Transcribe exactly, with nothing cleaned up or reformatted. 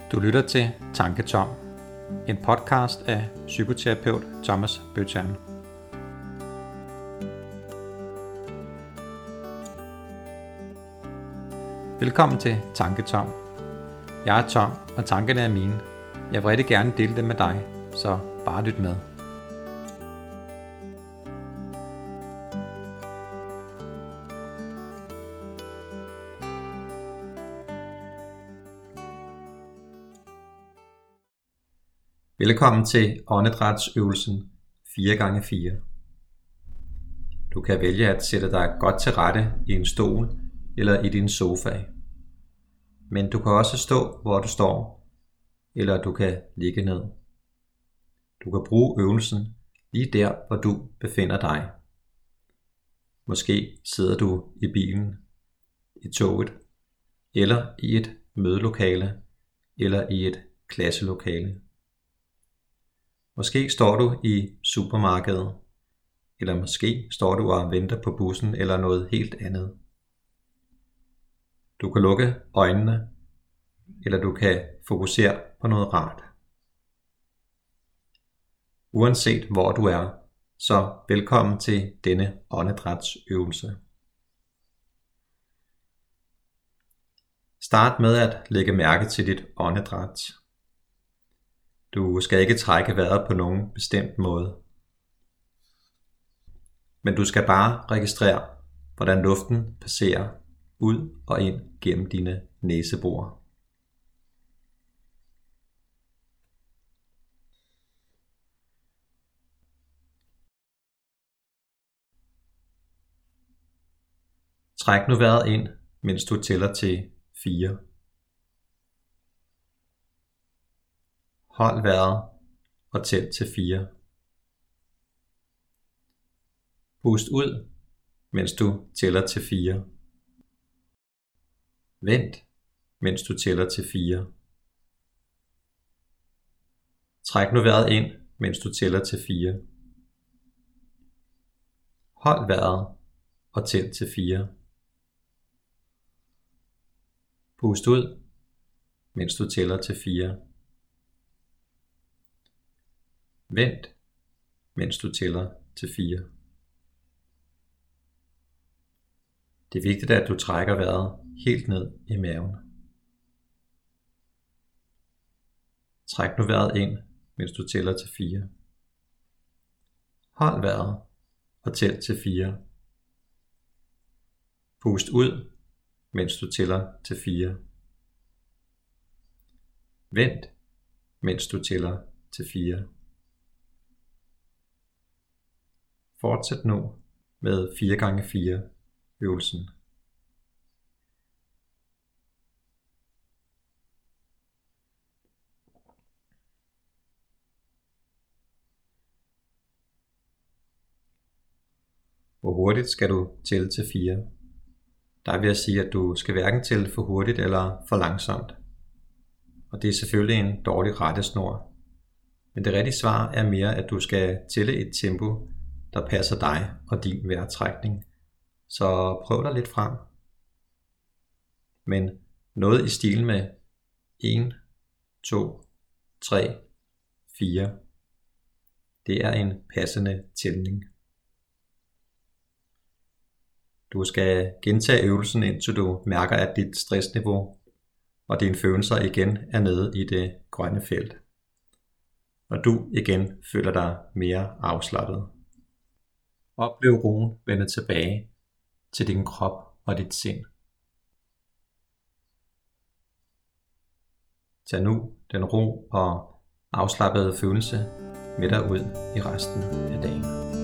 Du lytter til Tanketom, en podcast af psykoterapeut Thomas Bøtjern. Velkommen til Tanketom. Jeg er Tom, og tankerne er mine. Jeg vil rigtig gerne dele dem med dig, så bare lyt med. Velkommen til åndedrætsøvelsen fire gange fire. Du kan vælge at sætte dig godt til rette i en stol eller i din sofa. Men du kan også stå, hvor du står, eller du kan ligge ned. Du kan bruge øvelsen lige der, hvor du befinder dig. Måske sidder du i bilen, i toget, eller i et mødelokale, eller i et klasselokale. Måske står du i supermarkedet, eller måske står du og venter på bussen eller noget helt andet. Du kan lukke øjnene, eller du kan fokusere på noget rart. Uanset hvor du er, så velkommen til denne åndedrætsøvelse. Start med at lægge mærke til dit åndedræt. Du skal ikke trække vejret på nogen bestemt måde. Men du skal bare registrere, hvordan luften passerer ud og ind gennem dine næsebor. Træk nu vejret ind, mens du tæller til fire. Hold vejret og tæl til fire. Pust ud, mens du tæller til fire. Vent, mens du tæller til fire. Træk nu vejret ind, mens du tæller til fire. Hold vejret og tæl til fire. Pust ud, mens du tæller til fire. Vent, mens du tæller til fire. Det er vigtigt, at du trækker vejret helt ned i maven. Træk nu vejret ind, mens du tæller til fire. Hold vejret og tæl til fire. Pust ud, mens du tæller til fire. Vent, mens du tæller til fire. Fortsæt nu med fire gange fire øvelsen. Hvor hurtigt skal du tælle til fire? Der vil jeg sige, at du skal hverken tælle for hurtigt eller for langsomt. Og det er selvfølgelig en dårlig rettesnor. Men det rigtige svar er mere, at du skal tælle et tempo, der passer dig og din vejrtrækning. Så prøv dig lidt frem. Men noget i stil med en, to, tre, fire. Det er en passende tælling. Du skal gentage øvelsen, indtil du mærker, at dit stressniveau og dine følelser igen er nede i det grønne felt. Og du igen føler dig mere afslappet. Oplev roen vende tilbage til din krop og dit sind. Tag nu den ro og afslappede følelse med dig ud i resten af dagen.